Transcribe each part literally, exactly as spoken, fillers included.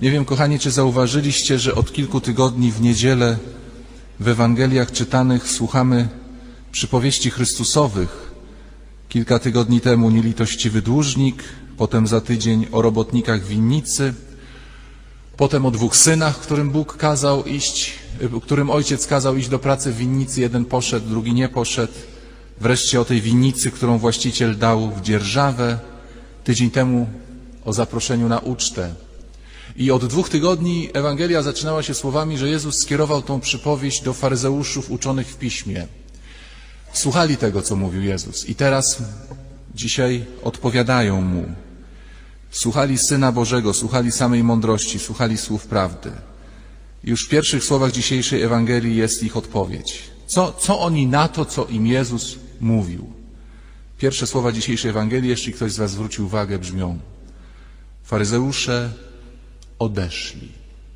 Nie wiem, kochani, czy zauważyliście, że od kilku tygodni w niedzielę w Ewangeliach czytanych słuchamy przypowieści Chrystusowych. Kilka tygodni temu nielitościwy dłużnik, potem za tydzień o robotnikach winnicy, potem o dwóch synach, którym Bóg kazał iść, którym ojciec kazał iść do pracy w winnicy. Jeden poszedł, drugi nie poszedł. Wreszcie o tej winnicy, którą właściciel dał w dzierżawę. Tydzień temu o zaproszeniu na ucztę. I od dwóch tygodni Ewangelia zaczynała się słowami, że Jezus skierował tą przypowieść do faryzeuszów uczonych w Piśmie. Słuchali tego, co mówił Jezus i teraz dzisiaj odpowiadają Mu. Słuchali Syna Bożego, słuchali samej mądrości, słuchali słów prawdy. Już w pierwszych słowach dzisiejszej Ewangelii jest ich odpowiedź. Co, co oni na to, co im Jezus mówił? Pierwsze słowa dzisiejszej Ewangelii, jeśli ktoś z was zwrócił uwagę, brzmią: faryzeusze odeszli.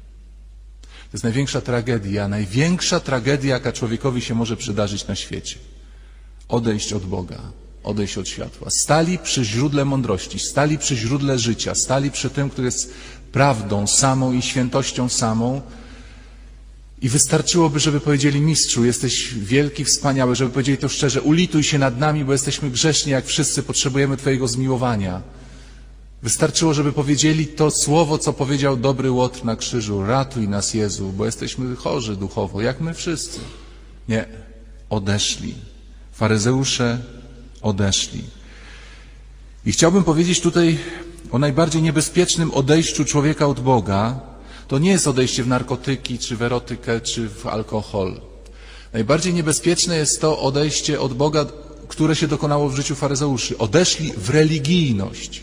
To jest największa tragedia, największa tragedia, jaka człowiekowi się może przydarzyć na świecie. Odejść od Boga, odejść od światła. Stali przy źródle mądrości, stali przy źródle życia, stali przy tym, który jest prawdą samą i świętością samą. I wystarczyłoby, żeby powiedzieli: Mistrzu, jesteś wielki, wspaniały, żeby powiedzieli to szczerze: ulituj się nad nami, bo jesteśmy grzeszni jak wszyscy, potrzebujemy Twojego zmiłowania. Wystarczyło, żeby powiedzieli to słowo, co powiedział dobry Łotr na krzyżu: ratuj nas, Jezu, bo jesteśmy chorzy duchowo, jak my wszyscy. Nie, odeszli. Faryzeusze odeszli. I chciałbym powiedzieć tutaj o najbardziej niebezpiecznym odejściu człowieka od Boga. To nie jest odejście w narkotyki, czy w erotykę, czy w alkohol. Najbardziej niebezpieczne jest to odejście od Boga, które się dokonało w życiu faryzeuszy. Odeszli w religijność.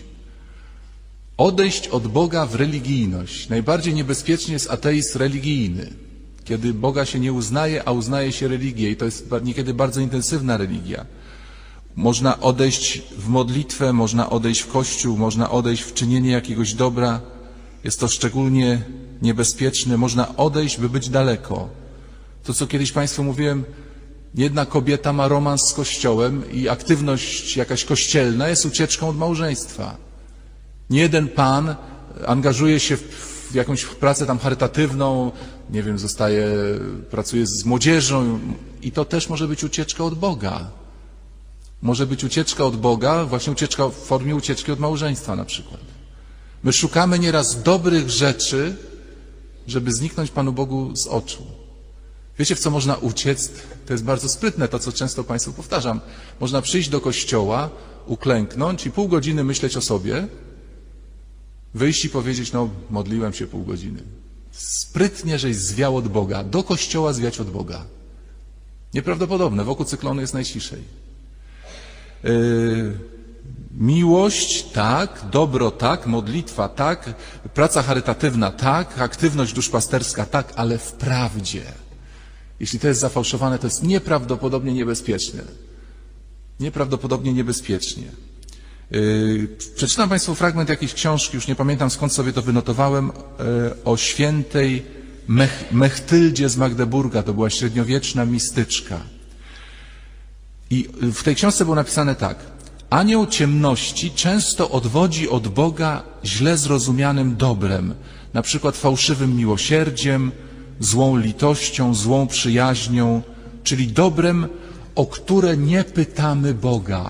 Odejść od Boga w religijność. Najbardziej niebezpieczny jest ateizm religijny, kiedy Boga się nie uznaje, a uznaje się religię. I to jest niekiedy bardzo intensywna religia. Można odejść w modlitwę, można odejść w kościół, można odejść w czynienie jakiegoś dobra. Jest to szczególnie niebezpieczne. Można odejść, by być daleko. To, co kiedyś Państwu mówiłem, jedna kobieta ma romans z Kościołem i aktywność jakaś kościelna jest ucieczką od małżeństwa. Nie jeden pan angażuje się w jakąś pracę tam charytatywną, nie wiem, zostaje, pracuje z młodzieżą i to też może być ucieczka od Boga. Może być ucieczka od Boga, właśnie ucieczka w formie ucieczki od małżeństwa na przykład. My szukamy nieraz dobrych rzeczy, żeby zniknąć Panu Bogu z oczu. Wiecie, w co można uciec? To jest bardzo sprytne, to co często Państwu powtarzam. Można przyjść do kościoła, uklęknąć i pół godziny myśleć o sobie, wyjść i powiedzieć: no, modliłem się pół godziny. Sprytnie, żeś zwiał od Boga. Do kościoła zwiać od Boga. Nieprawdopodobne. Wokół cyklonu jest najciszej. Yy, miłość, tak. Dobro, tak. Modlitwa, tak. Praca charytatywna, tak. Aktywność duszpasterska, tak. Ale w prawdzie. Jeśli to jest zafałszowane, to jest nieprawdopodobnie niebezpieczne. Nieprawdopodobnie niebezpiecznie. Yy, przeczytam Państwu fragment jakiejś książki, już nie pamiętam skąd sobie to wynotowałem, yy, o świętej Mech, Mechtyldzie z Magdeburga. To była średniowieczna mistyczka. I w tej książce było napisane tak: anioł ciemności często odwodzi od Boga źle zrozumianym dobrem, na przykład fałszywym miłosierdziem, złą litością, złą przyjaźnią, czyli dobrem, o które nie pytamy Boga.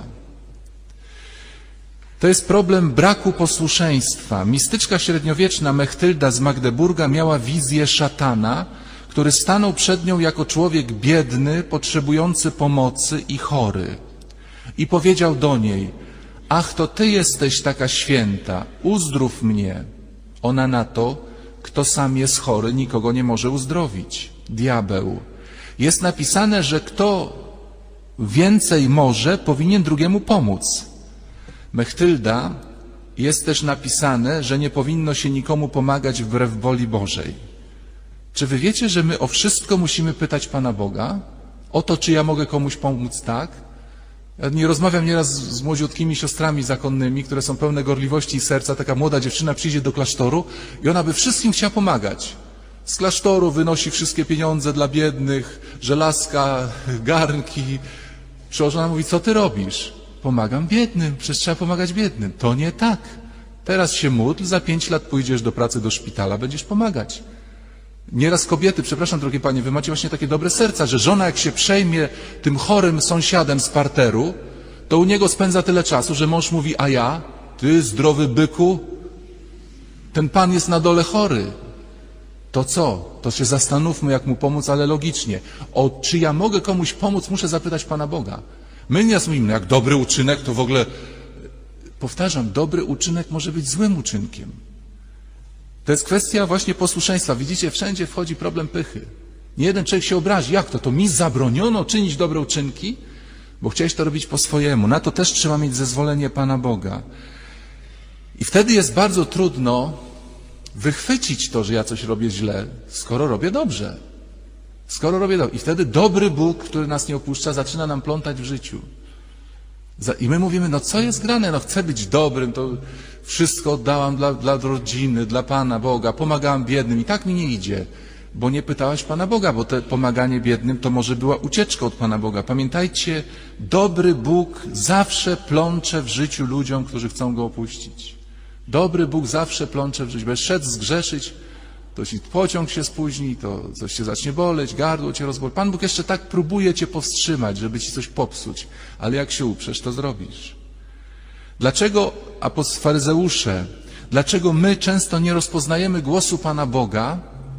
To jest problem braku posłuszeństwa. Mistyczka średniowieczna Mechtylda z Magdeburga miała wizję szatana, który stanął przed nią jako człowiek biedny, potrzebujący pomocy i chory. I powiedział do niej: ach, to ty jesteś taka święta, uzdrów mnie. Ona na to: kto sam jest chory, nikogo nie może uzdrowić. Diabeł. Jest napisane, że kto więcej może, powinien drugiemu pomóc. Mechtylda, jest też napisane, że nie powinno się nikomu pomagać wbrew woli Bożej. Czy wy wiecie, że my o wszystko musimy pytać Pana Boga? O to, czy ja mogę komuś pomóc, tak? Ja nie rozmawiam nieraz z młodziutkimi siostrami zakonnymi, które są pełne gorliwości i serca. Taka młoda dziewczyna przyjdzie do klasztoru i ona by wszystkim chciała pomagać. Z klasztoru wynosi wszystkie pieniądze dla biednych, żelazka, garnki. Przełożona mówi: co ty robisz? Pomagam biednym, przecież trzeba pomagać biednym. To nie tak. Teraz się módl, za pięć lat pójdziesz do pracy, do szpitala, będziesz pomagać. Nieraz kobiety, przepraszam drogie panie, wy macie właśnie takie dobre serca, że żona jak się przejmie tym chorym sąsiadem z parteru, to u niego spędza tyle czasu, że mąż mówi, a ja, ty zdrowy byku, ten pan jest na dole chory. To co? To się zastanówmy, jak mu pomóc, ale logicznie. O, czy ja mogę komuś pomóc, muszę zapytać Pana Boga. My nieraz mówimy, jak dobry uczynek, to w ogóle... Powtarzam, dobry uczynek może być złym uczynkiem. To jest kwestia właśnie posłuszeństwa. Widzicie, wszędzie wchodzi problem pychy. Nie jeden człowiek się obrazi. Jak to? To mi zabroniono czynić dobre uczynki? Bo chciałeś to robić po swojemu. Na to też trzeba mieć zezwolenie Pana Boga. I wtedy jest bardzo trudno wychwycić to, że ja coś robię źle, skoro robię dobrze. Skoro robię dobrze. I wtedy dobry Bóg, który nas nie opuszcza, zaczyna nam plątać w życiu. I my mówimy, no co jest grane? No chcę być dobrym, to wszystko oddałam dla, dla rodziny, dla Pana Boga, pomagałam biednym i tak mi nie idzie, bo nie pytałaś Pana Boga, bo to pomaganie biednym to może była ucieczka od Pana Boga. Pamiętajcie, dobry Bóg zawsze plącze w życiu ludziom, którzy chcą Go opuścić. Dobry Bóg zawsze plącze w życiu. Będziesz szedł zgrzeszyć, to ci pociąg się spóźni, to coś cię zacznie boleć, gardło cię rozboli. Pan Bóg jeszcze tak próbuje cię powstrzymać, żeby ci coś popsuć, ale jak się uprzesz, to zrobisz. Dlaczego faryzeusze, dlaczego my często nie rozpoznajemy głosu Pana Boga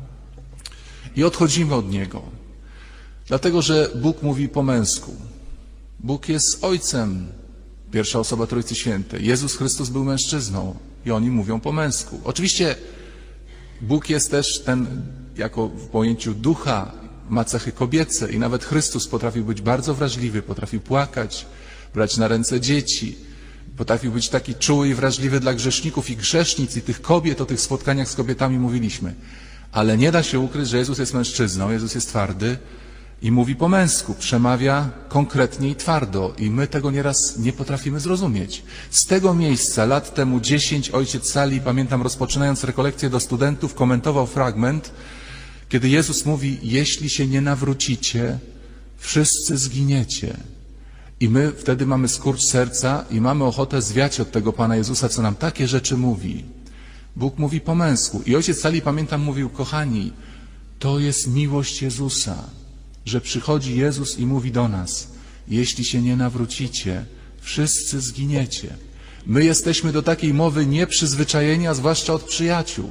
i odchodzimy od Niego? Dlatego, że Bóg mówi po męsku. Bóg jest Ojcem, pierwsza osoba Trójcy Świętej. Jezus Chrystus był mężczyzną i oni mówią po męsku. Oczywiście Bóg jest też ten, jako w pojęciu ducha, ma cechy kobiece i nawet Chrystus potrafił być bardzo wrażliwy, potrafił płakać, brać na ręce dzieci, potrafił być taki czuły i wrażliwy dla grzeszników i grzesznic i tych kobiet, o tych spotkaniach z kobietami mówiliśmy. Ale nie da się ukryć, że Jezus jest mężczyzną, Jezus jest twardy i mówi po męsku, przemawia konkretnie i twardo i my tego nieraz nie potrafimy zrozumieć. Z tego miejsca lat temu dziesięć ojciec Sali, pamiętam, rozpoczynając rekolekcję do studentów, komentował fragment, kiedy Jezus mówi, jeśli się nie nawrócicie, wszyscy zginiecie. I my wtedy mamy skurcz serca i mamy ochotę zwiać od tego Pana Jezusa, co nam takie rzeczy mówi. Bóg mówi po męsku. I ojciec Sali, pamiętam, mówił, kochani, to jest miłość Jezusa, że przychodzi Jezus i mówi do nas, jeśli się nie nawrócicie, wszyscy zginiecie. My jesteśmy do takiej mowy nieprzyzwyczajeni, a zwłaszcza od przyjaciół.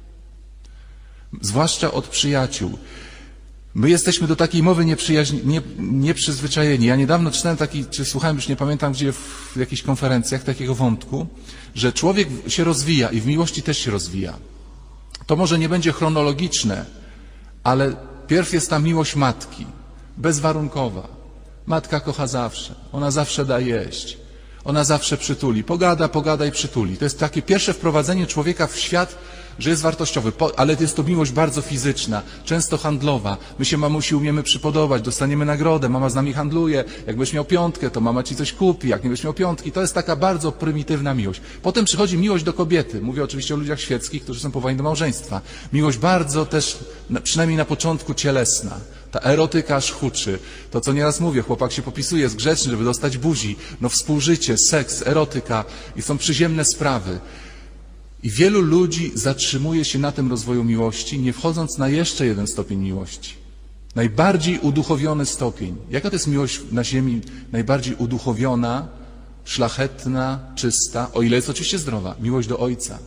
Zwłaszcza od przyjaciół. My jesteśmy do takiej mowy nieprzyjaźni, nie, nieprzyzwyczajeni. Ja niedawno czytałem taki, czy słuchałem, już nie pamiętam gdzie, w jakichś konferencjach takiego wątku, że człowiek się rozwija i w miłości też się rozwija. To może nie będzie chronologiczne, ale pierw jest ta miłość matki, bezwarunkowa. Matka kocha zawsze, ona zawsze da jeść, ona zawsze przytuli. Pogada, pogada i przytuli. To jest takie pierwsze wprowadzenie człowieka w świat, że jest wartościowy, ale jest to miłość bardzo fizyczna, często handlowa. My się mamusi umiemy przypodobać, dostaniemy nagrodę, mama z nami handluje. Jak będziesz miał piątkę, to mama ci coś kupi, jak nie będziesz miał piątki. To jest taka bardzo prymitywna miłość. Potem przychodzi miłość do kobiety. Mówię oczywiście o ludziach świeckich, którzy są powołani do małżeństwa. Miłość bardzo też, przynajmniej na początku, cielesna. Ta erotyka aż huczy. To, co nieraz mówię, chłopak się popisuje, jest grzeczny, żeby dostać buzi. No współżycie, seks, erotyka i są przyziemne sprawy. I wielu ludzi zatrzymuje się na tym rozwoju miłości, nie wchodząc na jeszcze jeden stopień miłości. Najbardziej uduchowiony stopień. Jaka to jest miłość na ziemi najbardziej uduchowiona, szlachetna, czysta, o ile jest oczywiście zdrowa? Miłość do Ojca.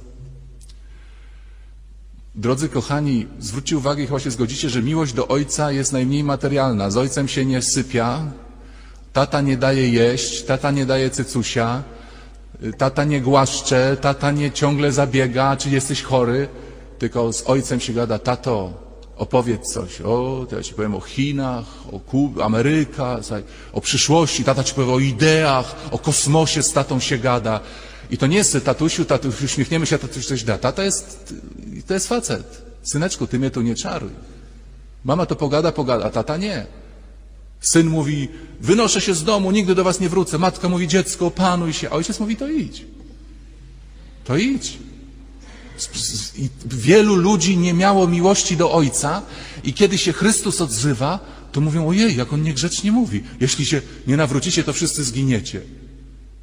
Drodzy kochani, zwróćcie uwagę i chyba się zgodzicie, że miłość do Ojca jest najmniej materialna. Z Ojcem się nie sypia, tata nie daje jeść, tata nie daje cycusia, tata nie głaszcze, tata nie ciągle zabiega, czy jesteś chory, tylko z Ojcem się gada, tato, opowiedz coś. O, to ja ci powiem o Chinach, o Kubie, Ameryka, o przyszłości, tata ci powie o ideach, o kosmosie, z tatą się gada. I to nie jest tatusiu, tatusiu, uśmiechniemy się, tatuś coś da. Tata jest, to jest facet. Syneczku, ty mnie tu nie czaruj. Mama to pogada, pogada, a tata nie. Syn mówi, wynoszę się z domu, nigdy do was nie wrócę. Matka mówi, dziecko, opanuj się. A ojciec mówi, to idź. To idź. I wielu ludzi nie miało miłości do Ojca i kiedy się Chrystus odzywa, to mówią, ojej, jak on niegrzecznie mówi. Jeśli się nie nawrócicie, to wszyscy zginiecie.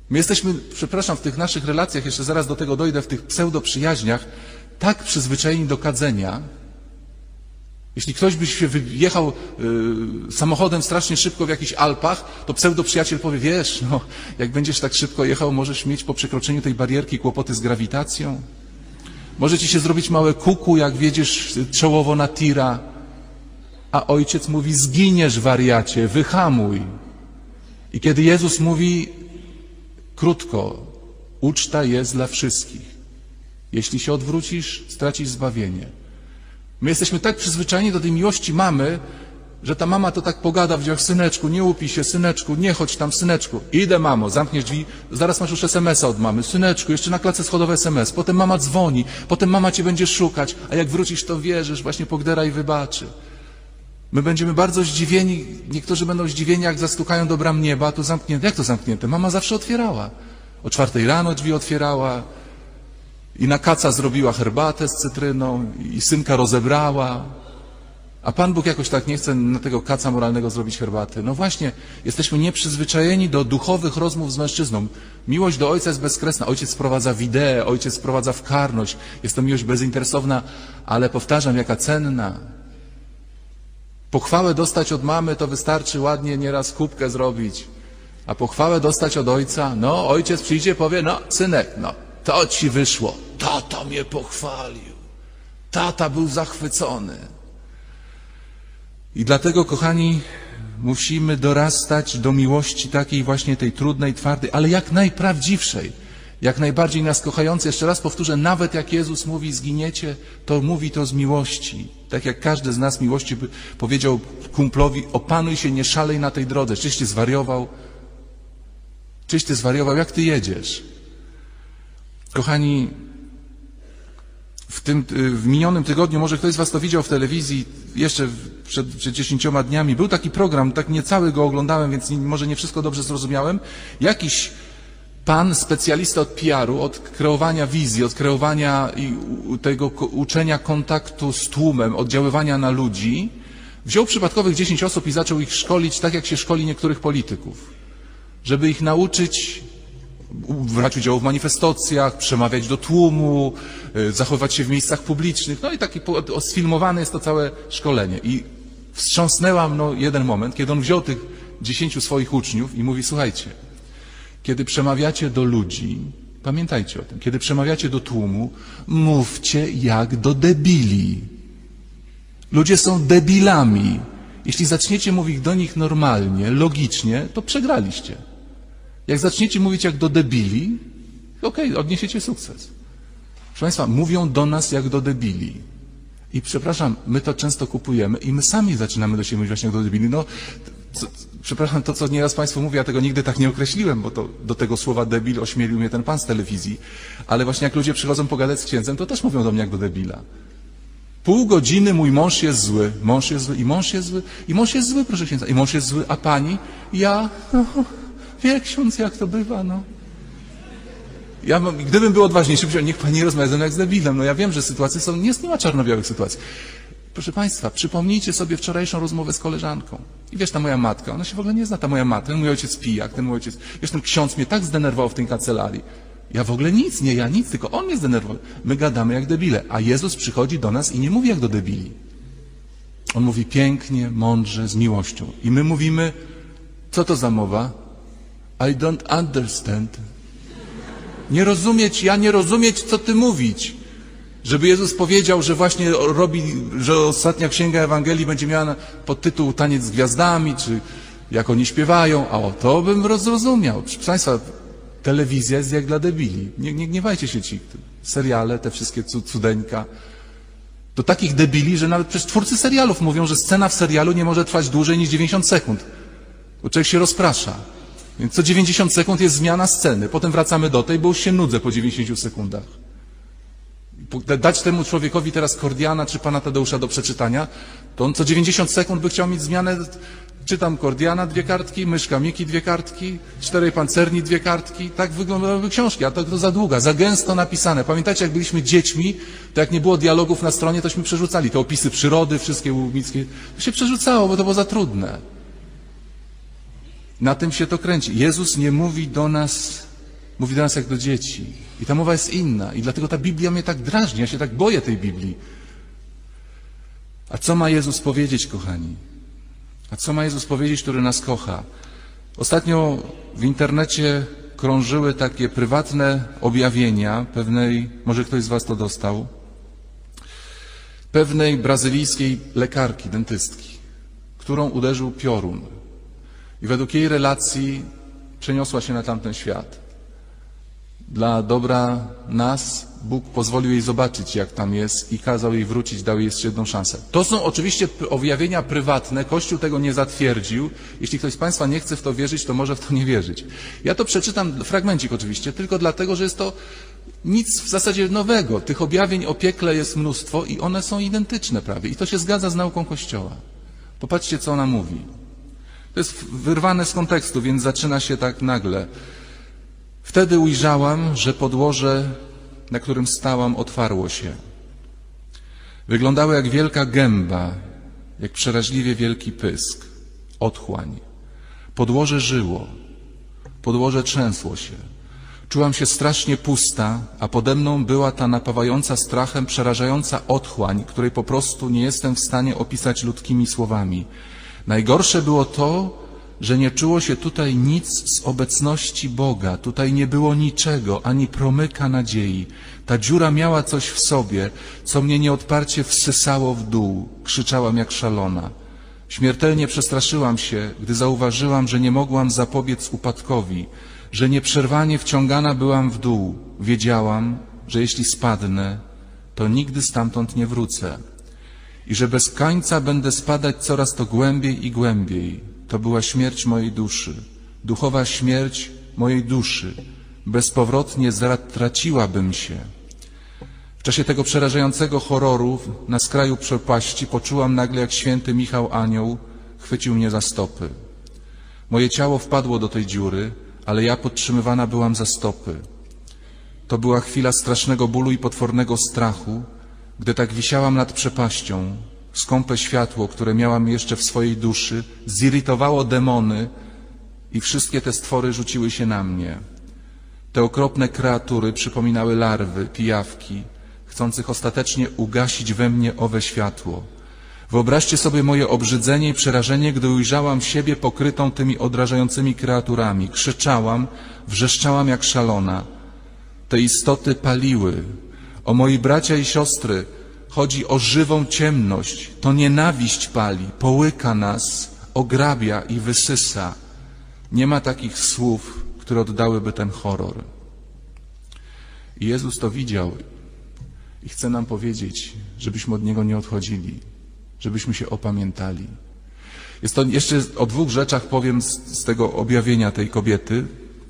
My jesteśmy, przepraszam, w tych naszych relacjach, jeszcze zaraz do tego dojdę, w tych pseudoprzyjaźniach, tak przyzwyczajeni do kadzenia. Jeśli ktoś by się wyjechał y, samochodem strasznie szybko w jakichś Alpach, to pseudoprzyjaciel powie, wiesz, no, jak będziesz tak szybko jechał, możesz mieć po przekroczeniu tej barierki kłopoty z grawitacją. Może ci się zrobić małe kuku, jak wjedziesz czołowo na tira. A ojciec mówi, zginiesz, wariacie, wyhamuj. I kiedy Jezus mówi krótko, uczta jest dla wszystkich. Jeśli się odwrócisz, stracisz zbawienie. My jesteśmy tak przyzwyczajeni do tej miłości mamy, że ta mama to tak pogada w dzieciach, syneczku, nie łupij się, syneczku, nie chodź tam, syneczku. Idę, mamo, zamkniesz drzwi, zaraz masz już es em es a od mamy. Syneczku, jeszcze na klatce schodowej es em es. Potem mama dzwoni, potem mama cię będzie szukać, a jak wrócisz, to wierzysz, właśnie pogdera i wybaczy. My będziemy bardzo zdziwieni, niektórzy będą zdziwieni, jak zastukają do bram nieba, to zamknięte. Jak to zamknięte? Mama zawsze otwierała. O czwartej rano drzwi otwierała i na kaca zrobiła herbatę z cytryną i synka rozebrała. A Pan Bóg jakoś tak nie chce na tego kaca moralnego zrobić herbaty. No właśnie, jesteśmy nieprzyzwyczajeni do duchowych rozmów z mężczyzną. Miłość do ojca jest bezkresna. Ojciec wprowadza w ideę, ojciec wprowadza w karność. Jest to miłość bezinteresowna, ale powtarzam, jaka cenna. Pochwałę dostać od mamy, to wystarczy ładnie nieraz kubkę zrobić. A pochwałę dostać od ojca, no ojciec przyjdzie, powie, no synek, no to ci wyszło. Tata mnie pochwalił. Tata był zachwycony. I dlatego, kochani, musimy dorastać do miłości takiej właśnie tej trudnej, twardej, ale jak najprawdziwszej, jak najbardziej nas kochającej. Jeszcze raz powtórzę, nawet jak Jezus mówi zginiecie, to mówi to z miłości. Tak jak każdy z nas miłości by powiedział kumplowi, opanuj się, nie szalej na tej drodze. Czyś ty zwariował? Czyś ty zwariował? Jak ty jedziesz? Kochani, w tym, w minionym tygodniu, może ktoś z was to widział w telewizji, jeszcze przed, przed dziesięcioma dniami, był taki program, tak niecały go oglądałem, więc nie, może nie wszystko dobrze zrozumiałem. Jakiś pan, specjalista od P R u, od kreowania wizji, od kreowania i tego uczenia kontaktu z tłumem, oddziaływania na ludzi, wziął przypadkowych dziesięć osób i zaczął ich szkolić tak, jak się szkoli niektórych polityków. Żeby ich nauczyć brać udział w manifestacjach, przemawiać do tłumu, zachowywać się w miejscach publicznych. No i taki sfilmowane jest to całe szkolenie. I wstrząsnęła mną jeden moment, kiedy on wziął tych dziesięciu swoich uczniów i mówi, słuchajcie, kiedy przemawiacie do ludzi, pamiętajcie o tym, kiedy przemawiacie do tłumu, mówcie jak do debili. Ludzie są debilami. Jeśli zaczniecie mówić do nich normalnie, logicznie, to przegraliście. Jak zaczniecie mówić jak do debili, okej, okay, odniesiecie sukces. Proszę Państwa, mówią do nas jak do debili. I przepraszam, my to często kupujemy i my sami zaczynamy do siebie mówić właśnie jak do debili. No, co, przepraszam, to co nieraz Państwu mówię, ja tego nigdy tak nie określiłem, bo to do tego słowa debil ośmielił mnie ten pan z telewizji. Ale właśnie jak ludzie przychodzą pogadać z księdzem, to też mówią do mnie jak do debila. Pół godziny mój mąż jest zły, mąż jest zły i mąż jest zły, i mąż jest zły, proszę księdza, i mąż jest zły, a pani? Ja? No, wie ksiądz, jak to bywa, no. Ja, gdybym był odważniejszy, powiedział, niech pani rozmawia ze mną jak z debilem. No ja wiem, że sytuacje są, nie, nie ma czarno-białych sytuacji. Proszę Państwa, przypomnijcie sobie wczorajszą rozmowę z koleżanką. I wiesz, ta moja matka, ona się w ogóle nie zna, ta moja matka, ten mój ojciec pijak, ten mój ojciec, wiesz, ten ksiądz mnie tak zdenerwował w tej kancelarii. Ja w ogóle nic, nie ja nic, tylko on mnie zdenerwował. My gadamy jak debile, a Jezus przychodzi do nas i nie mówi jak do debili. On mówi pięknie, mądrze, z miłością. I my mówimy, co to za mowa? I don't understand. Nie rozumieć, ja nie rozumieć, co ty mówić. Żeby Jezus powiedział, że właśnie robi, że ostatnia księga Ewangelii będzie miała podtytuł Taniec z gwiazdami, czy jak oni śpiewają, a o to bym zrozumiał. Proszę Państwa, telewizja jest jak dla debili. Nie, nie gniewajcie się ci. Seriale, te wszystkie cudeńka. Do takich debili, że nawet przecież twórcy serialów mówią, że scena w serialu nie może trwać dłużej niż dziewięćdziesiąt sekund. Bo człowiek się rozprasza. Więc co dziewięćdziesiąt sekund jest zmiana sceny. Potem wracamy do tej, bo już się nudzę po dziewięćdziesięciu sekundach. Dać temu człowiekowi teraz Kordiana czy Pana Tadeusza do przeczytania, to on co dziewięćdziesiąt sekund by chciał mieć zmianę. Czytam Kordiana, dwie kartki, Myszka Miki, dwie kartki, Czterej Pancerni, dwie kartki. Tak wyglądały książki, a to, to za długa, za gęsto napisane. Pamiętacie, jak byliśmy dziećmi, to jak nie było dialogów na stronie, tośmy przerzucali te opisy przyrody, wszystkie łubickie. To się przerzucało, bo to było za trudne. Na tym się to kręci. Jezus nie mówi do nas Mówi do nas jak do dzieci. I ta mowa jest inna. I dlatego ta Biblia mnie tak drażni. Ja się tak boję tej Biblii. A co ma Jezus powiedzieć, kochani? A co ma Jezus powiedzieć, który nas kocha? Ostatnio w internecie krążyły takie prywatne objawienia pewnej, może ktoś z was to dostał, pewnej brazylijskiej lekarki, dentystki, którą uderzył piorun. I według jej relacji przeniosła się na tamten świat. Dla dobra nas Bóg pozwolił jej zobaczyć, jak tam jest i kazał jej wrócić, dał jej jeszcze jedną szansę. To są oczywiście objawienia prywatne, Kościół tego nie zatwierdził. Jeśli ktoś z Państwa nie chce w to wierzyć, to może w to nie wierzyć. Ja to przeczytam, fragmencik oczywiście, tylko dlatego, że jest to nic w zasadzie nowego. Tych objawień o piekle jest mnóstwo i one są identyczne prawie. I to się zgadza z nauką Kościoła. Popatrzcie, co ona mówi. To jest wyrwane z kontekstu, więc zaczyna się tak nagle. Wtedy ujrzałam, że podłoże, na którym stałam, otwarło się. Wyglądało jak wielka gęba, jak przeraźliwie wielki pysk, otchłań. Podłoże żyło, podłoże trzęsło się. Czułam się strasznie pusta, a pode mną była ta napawająca strachem, przerażająca otchłań, której po prostu nie jestem w stanie opisać ludzkimi słowami. Najgorsze było to, że nie czuło się tutaj nic z obecności Boga. Tutaj nie było niczego, ani promyka nadziei. Ta dziura miała coś w sobie, co mnie nieodparcie wsysało w dół. Krzyczałam jak szalona. Śmiertelnie przestraszyłam się, gdy zauważyłam, że nie mogłam zapobiec upadkowi, że nieprzerwanie wciągana byłam w dół. Wiedziałam, że jeśli spadnę, to nigdy stamtąd nie wrócę i że bez końca będę spadać coraz to głębiej i głębiej. To była śmierć mojej duszy, duchowa śmierć mojej duszy. Bezpowrotnie zatraciłabym się. W czasie tego przerażającego horroru na skraju przepaści poczułam nagle, jak święty Michał Anioł chwycił mnie za stopy. Moje ciało wpadło do tej dziury, ale ja podtrzymywana byłam za stopy. To była chwila strasznego bólu i potwornego strachu, gdy tak wisiałam nad przepaścią. Skąpe światło, które miałam jeszcze w swojej duszy, zirytowało demony i wszystkie te stwory rzuciły się na mnie. Te okropne kreatury przypominały larwy, pijawki, chcących ostatecznie ugasić we mnie owe światło. Wyobraźcie sobie moje obrzydzenie i przerażenie, gdy ujrzałam siebie pokrytą tymi odrażającymi kreaturami. Krzyczałam, wrzeszczałam jak szalona. Te istoty paliły. O moi bracia i siostry, chodzi o żywą ciemność. To nienawiść pali, połyka nas, ograbia i wysysa. Nie ma takich słów, które oddałyby ten horror. I Jezus to widział i chce nam powiedzieć, żebyśmy od Niego nie odchodzili, żebyśmy się opamiętali. Jest to jeszcze o dwóch rzeczach powiem z, z tego objawienia tej kobiety,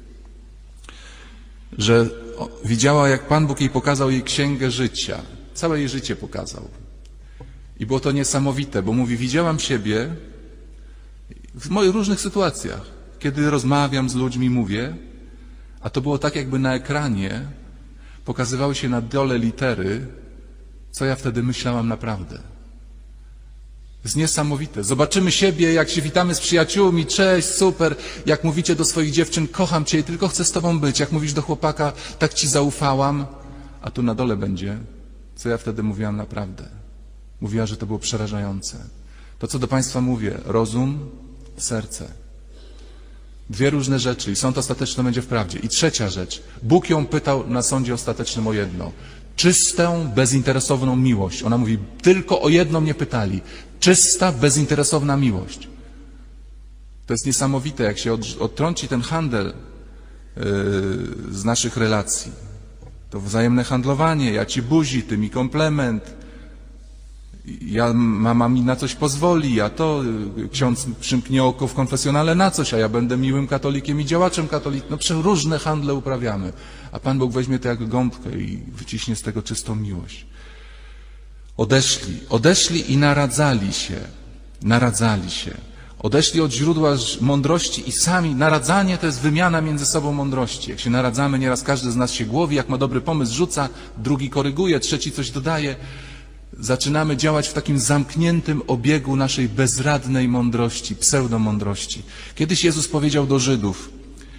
że widziała, jak Pan Bóg jej pokazał jej księgę życia. Całe jej życie pokazał. I było to niesamowite, bo mówi, widziałam siebie w moich różnych sytuacjach. Kiedy rozmawiam z ludźmi, mówię, a to było tak, jakby na ekranie pokazywały się na dole litery, co ja wtedy myślałam naprawdę. To jest niesamowite. Zobaczymy siebie, jak się witamy z przyjaciółmi, cześć, super. Jak mówicie do swoich dziewczyn, kocham cię i tylko chcę z tobą być. Jak mówisz do chłopaka, tak ci zaufałam. A tu na dole będzie, co ja wtedy mówiłam naprawdę. Mówiła, że to było przerażające. To, co do Państwa mówię, rozum, serce. Dwie różne rzeczy i sąd ostateczny będzie w prawdzie. I trzecia rzecz. Bóg ją pytał na sądzie ostatecznym o jedno. Czystą, bezinteresowną miłość. Ona mówi, tylko o jedno mnie pytali. Czysta, bezinteresowna miłość. To jest niesamowite, jak się odtrąci ten handel yy, z naszych relacji. To wzajemne handlowanie. Ja ci buzi, ty mi komplement. Ja, mama mi na coś pozwoli, ja to, ksiądz przymknie oko w konfesjonale na coś, a ja będę miłym katolikiem i działaczem katolikiem. No przeróżne handle uprawiamy. A Pan Bóg weźmie to jak gąbkę i wyciśnie z tego czystą miłość. Odeszli, odeszli i naradzali się, naradzali się. Odeszli od źródła mądrości i sami, naradzanie to jest wymiana między sobą mądrości. Jak się naradzamy, nieraz każdy z nas się głowi, jak ma dobry pomysł, rzuca, drugi koryguje, trzeci coś dodaje. Zaczynamy działać w takim zamkniętym obiegu naszej bezradnej mądrości, pseudomądrości. Kiedyś Jezus powiedział do Żydów,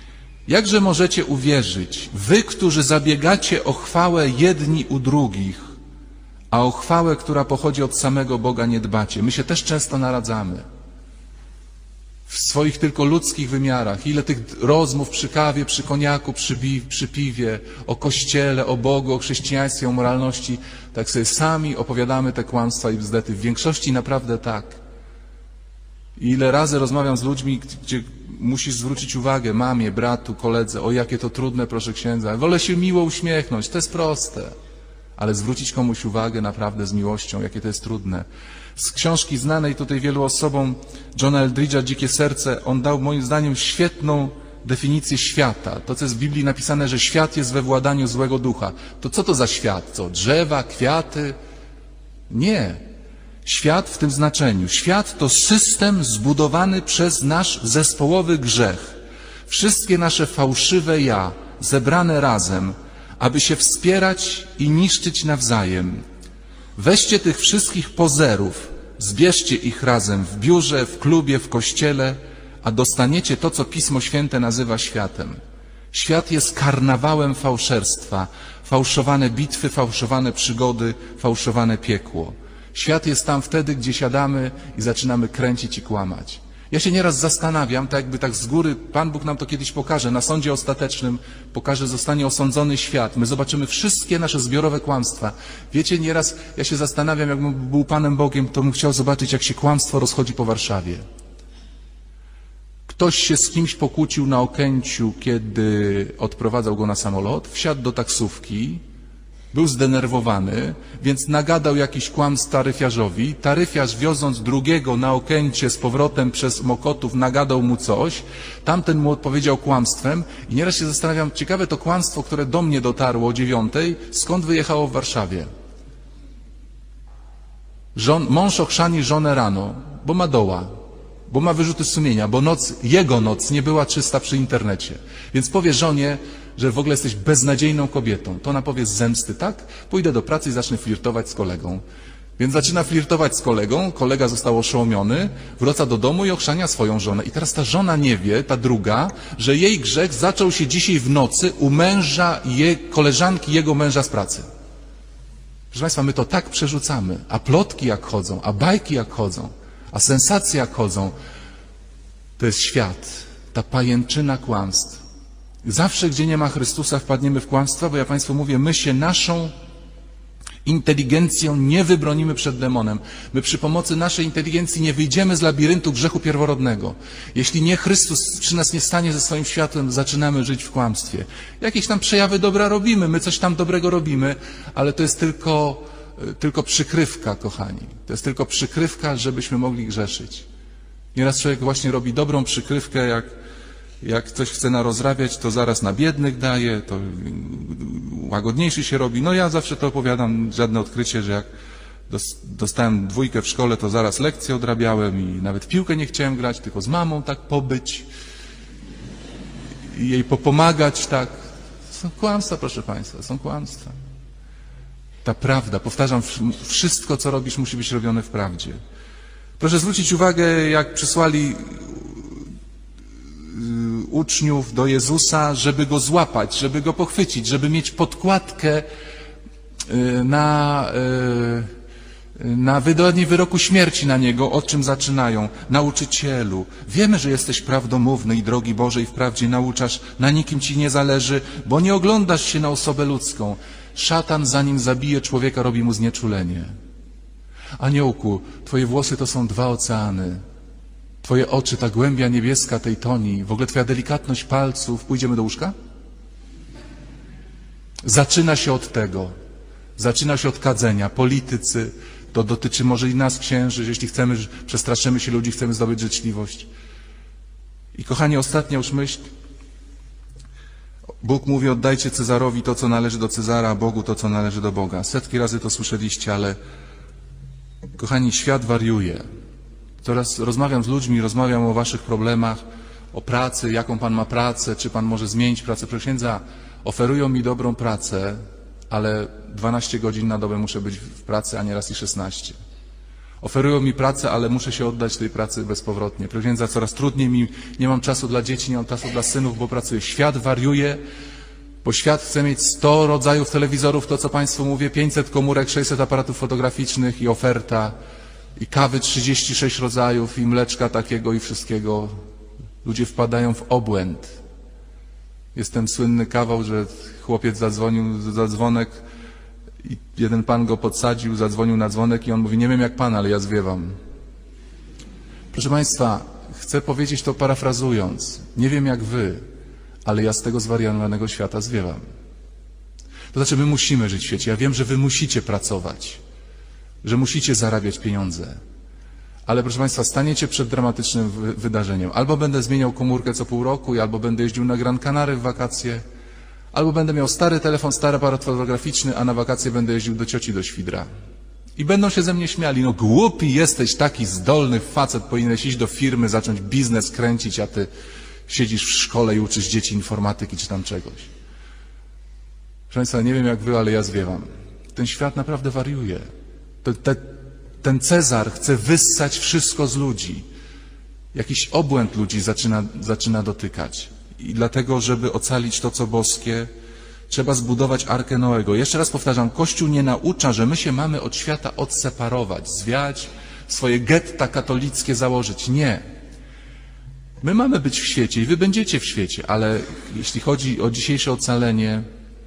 Jakże możecie uwierzyć, wy, którzy zabiegacie o chwałę jedni u drugich, a o chwałę, która pochodzi od samego Boga, nie dbacie? My się też często naradzamy w swoich tylko ludzkich wymiarach. Ile tych rozmów przy kawie, przy koniaku, przy, pi przy piwie, o Kościele, o Bogu, o chrześcijaństwie, o moralności. Tak sobie sami opowiadamy te kłamstwa i bzdety. W większości naprawdę tak. I ile razy rozmawiam z ludźmi, gdzie musisz zwrócić uwagę mamie, bratu, koledze, o jakie to trudne, proszę księdza. Wolę się miło uśmiechnąć, to jest proste. Ale zwrócić komuś uwagę naprawdę z miłością, jakie to jest trudne. Z książki znanej tutaj wielu osobom Johna Eldridge'a Dzikie serce, on dał moim zdaniem świetną definicję świata. To, co jest w Biblii napisane, że świat jest we władaniu złego ducha. To co to za świat? Co? Drzewa, kwiaty? Nie. Świat w tym znaczeniu. Świat to system zbudowany przez nasz zespołowy grzech. Wszystkie nasze fałszywe ja, zebrane razem, aby się wspierać i niszczyć nawzajem. Weźcie tych wszystkich pozerów, zbierzcie ich razem w biurze, w klubie, w kościele, a dostaniecie to, co Pismo Święte nazywa światem. Świat jest karnawałem fałszerstwa, fałszowane bitwy, fałszowane przygody, fałszowane piekło. Świat jest tam wtedy, gdzie siadamy i zaczynamy kręcić i kłamać. Ja się nieraz zastanawiam, tak jakby tak z góry, Pan Bóg nam to kiedyś pokaże, na sądzie ostatecznym pokaże, zostanie osądzony świat. My zobaczymy wszystkie nasze zbiorowe kłamstwa. Wiecie, nieraz ja się zastanawiam, jakbym był Panem Bogiem, to bym chciał zobaczyć, jak się kłamstwo rozchodzi po Warszawie. Ktoś się z kimś pokłócił na Okęciu, kiedy odprowadzał go na samolot, wsiadł do taksówki, był zdenerwowany, więc nagadał jakiś kłamstw taryfiarzowi. Taryfiarz, wioząc drugiego na Okęcie z powrotem przez Mokotów, nagadał mu coś. Tamten mu odpowiedział kłamstwem i nieraz się zastanawiam, ciekawe to kłamstwo, które do mnie dotarło o dziewiątej, skąd wyjechało w Warszawie. Żon, mąż ochrzani żonę rano, bo ma doła, bo ma wyrzuty sumienia, bo noc, jego noc nie była czysta przy internecie. Więc powie żonie, że w ogóle jesteś beznadziejną kobietą. To ona powie z zemsty, tak? Pójdę do pracy i zacznę flirtować z kolegą. Więc zaczyna flirtować z kolegą, kolega został oszołomiony, wraca do domu i ochrzania swoją żonę. I teraz ta żona nie wie, ta druga, że jej grzech zaczął się dzisiaj w nocy u męża, je, koleżanki jego męża z pracy. Proszę Państwa, my to tak przerzucamy. A plotki jak chodzą, a bajki jak chodzą, a sensacje jak chodzą. To jest świat, ta pajęczyna kłamstw. Zawsze, gdzie nie ma Chrystusa, wpadniemy w kłamstwa, bo ja Państwu mówię, my się naszą inteligencją nie wybronimy przed demonem. My przy pomocy naszej inteligencji nie wyjdziemy z labiryntu grzechu pierworodnego. Jeśli nie Chrystus przy nas nie stanie ze swoim światłem, zaczynamy żyć w kłamstwie. Jakieś tam przejawy dobra robimy, my coś tam dobrego robimy, ale to jest tylko, tylko przykrywka, kochani. To jest tylko przykrywka, żebyśmy mogli grzeszyć. Nieraz człowiek właśnie robi dobrą przykrywkę, jak Jak coś chce narozrabiać, to zaraz na biednych daje, to łagodniejszy się robi. No ja zawsze to opowiadam, żadne odkrycie, że jak dostałem dwójkę w szkole, to zaraz lekcje odrabiałem i nawet w piłkę nie chciałem grać, tylko z mamą tak pobyć i jej popomagać, tak. Są kłamstwa, proszę Państwa, są kłamstwa. Ta prawda, powtarzam, wszystko, co robisz, musi być robione w prawdzie. Proszę zwrócić uwagę, jak przysłali uczniów do Jezusa, żeby Go złapać, żeby Go pochwycić, żeby mieć podkładkę na, na wydanie wyroku śmierci na Niego, o czym zaczynają. Nauczycielu, wiemy, że jesteś prawdomówny i drogi Bożej w prawdzie nauczasz, na nikim Ci nie zależy, bo nie oglądasz się na osobę ludzką. Szatan, zanim zabije człowieka, robi mu znieczulenie. Aniołku, Twoje włosy to są dwa oceany. Twoje oczy, ta głębia niebieska tej toni, w ogóle Twoja delikatność palców. Pójdziemy do łóżka? Zaczyna się od tego. Zaczyna się od kadzenia. Politycy, to dotyczy może i nas, księży, że jeśli chcemy, przestraszymy się ludzi, chcemy zdobyć życzliwość. I kochani, ostatnia już myśl. Bóg mówi, oddajcie Cezarowi to, co należy do Cezara, a Bogu to, co należy do Boga. Setki razy to słyszeliście, ale kochani, świat wariuje. Coraz rozmawiam z ludźmi, rozmawiam o waszych problemach, o pracy, jaką pan ma pracę, czy pan może zmienić pracę. Proszę księdza, oferują mi dobrą pracę, ale dwanaście godzin na dobę muszę być w pracy, a nieraz i szesnaście. Oferują mi pracę, ale muszę się oddać tej pracy bezpowrotnie. Księdza, coraz trudniej mi, nie mam czasu dla dzieci, nie mam czasu dla synów, bo pracuję. Świat wariuje, bo świat chce mieć sto rodzajów telewizorów, to co Państwu mówię, pięćset komórek, sześćset aparatów fotograficznych i oferta, i kawy trzydzieści sześć rodzajów, i mleczka takiego, i wszystkiego. Ludzie wpadają w obłęd. Jest ten słynny kawał, że chłopiec zadzwonił za dzwonek i jeden pan go podsadził, zadzwonił na dzwonek i on mówi, nie wiem jak pan, ale ja zwiewam. Proszę Państwa, chcę powiedzieć to parafrazując. Nie wiem jak wy, ale ja z tego zwariowanego świata zwiewam. To znaczy my musimy żyć w świecie. Ja wiem, że wy musicie pracować, że musicie zarabiać pieniądze. Ale proszę Państwa, staniecie przed dramatycznym wydarzeniem. Albo będę zmieniał komórkę co pół roku, albo będę jeździł na Gran Canaria w wakacje, albo będę miał stary telefon, stary aparat fotograficzny, a na wakacje będę jeździł do cioci do Świdra. I będą się ze mnie śmiali. No głupi jesteś, taki zdolny facet, powinieneś iść do firmy, zacząć biznes kręcić, a ty siedzisz w szkole i uczysz dzieci informatyki czy tam czegoś. Proszę Państwa, nie wiem jak wy, ale ja zwiewam. Ten świat naprawdę wariuje. Te, te, ten Cezar chce wyssać wszystko z ludzi. Jakiś obłęd ludzi zaczyna, zaczyna dotykać. I dlatego, żeby ocalić to, co boskie, trzeba zbudować Arkę Noego. Jeszcze raz powtarzam, Kościół nie naucza, że my się mamy od świata odseparować, zwiać, swoje getta katolickie założyć. Nie. My mamy być w świecie i wy będziecie w świecie, ale jeśli chodzi o dzisiejsze ocalenie,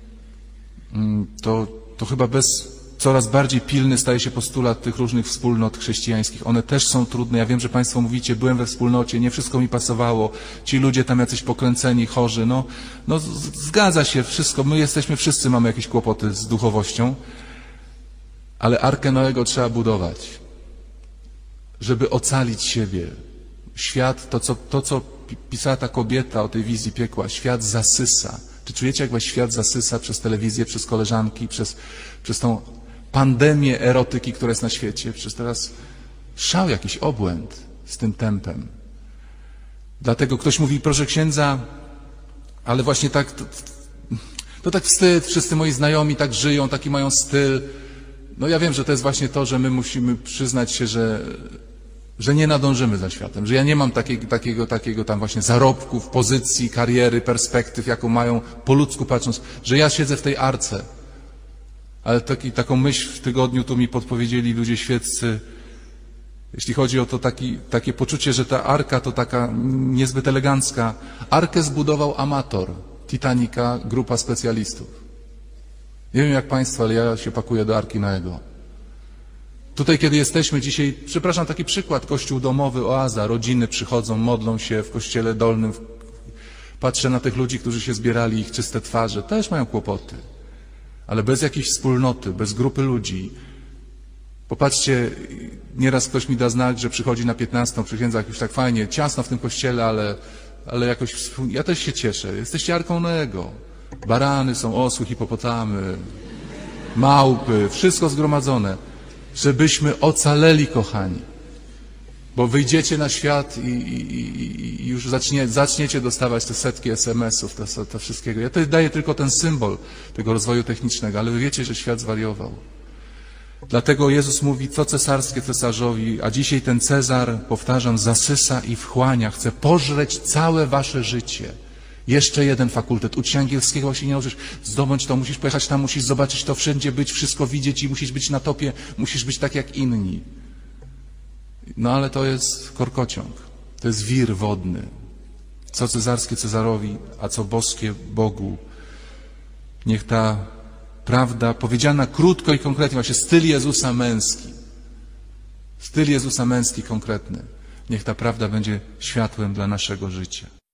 to, to chyba bez coraz bardziej pilny staje się postulat tych różnych wspólnot chrześcijańskich. One też są trudne. Ja wiem, że Państwo mówicie, byłem we wspólnocie, nie wszystko mi pasowało, ci ludzie tam jacyś pokręceni, chorzy. No, no zgadza się, wszystko. My jesteśmy, wszyscy mamy jakieś kłopoty z duchowością, ale Arkę Noego trzeba budować, żeby ocalić siebie. Świat, to co, to co pisała ta kobieta o tej wizji piekła, świat zasysa. Czy czujecie, jak was świat zasysa przez telewizję, przez koleżanki, przez, przez tą pandemię erotyki, która jest na świecie? Przez teraz szał jakiś obłęd z tym tempem. Dlatego ktoś mówi, proszę księdza, ale właśnie tak, to, to tak wstyd, wszyscy moi znajomi tak żyją, taki mają styl. No ja wiem, że to jest właśnie to, że my musimy przyznać się, że że nie nadążymy za światem, że ja nie mam takiego, takiego, takiego tam właśnie zarobków, pozycji, kariery, perspektyw, jaką mają po ludzku patrząc, że ja siedzę w tej arce. Ale taki, taką myśl w tygodniu tu mi podpowiedzieli ludzie świeccy, jeśli chodzi o to taki, takie poczucie, że ta arka to taka niezbyt elegancka. Arkę zbudował amator Titanica, grupa specjalistów. Nie wiem jak Państwo, ale ja się pakuję do Arki Noego. Tutaj, kiedy jesteśmy dzisiaj, przepraszam, taki przykład, kościół domowy, oaza, rodziny przychodzą, modlą się w kościele dolnym. Patrzę na tych ludzi, którzy się zbierali, ich czyste twarze, też mają kłopoty. Ale bez jakiejś wspólnoty, bez grupy ludzi. Popatrzcie, nieraz ktoś mi da znak, że przychodzi na piętnastą, przy księdzach już tak fajnie, ciasno w tym kościele, ale, ale jakoś, ja też się cieszę. Jesteście Arką Noego. Barany są, osły, hipopotamy, małpy, wszystko zgromadzone. Żebyśmy ocaleli, kochani. Bo wyjdziecie na świat i, i, i już zacznie, zaczniecie dostawać te setki es em esów, to, to wszystkiego. Ja to daję tylko ten symbol tego rozwoju technicznego, ale wy wiecie, że świat zwariował. Dlatego Jezus mówi, co cesarskie cesarzowi, a dzisiaj ten Cezar, powtarzam, zasysa i wchłania, chce pożreć całe wasze życie. Jeszcze jeden fakultet. Ucz się angielskiego się nie nauczysz. Zdobądź to, musisz pojechać tam, musisz zobaczyć to wszędzie, być, wszystko widzieć i musisz być na topie, musisz być tak jak inni. No ale to jest korkociąg. To jest wir wodny. Co cesarskie Cezarowi, a co boskie Bogu. Niech ta prawda powiedziana krótko i konkretnie, właśnie styl Jezusa męski. Styl Jezusa męski konkretny. Niech ta prawda będzie światłem dla naszego życia.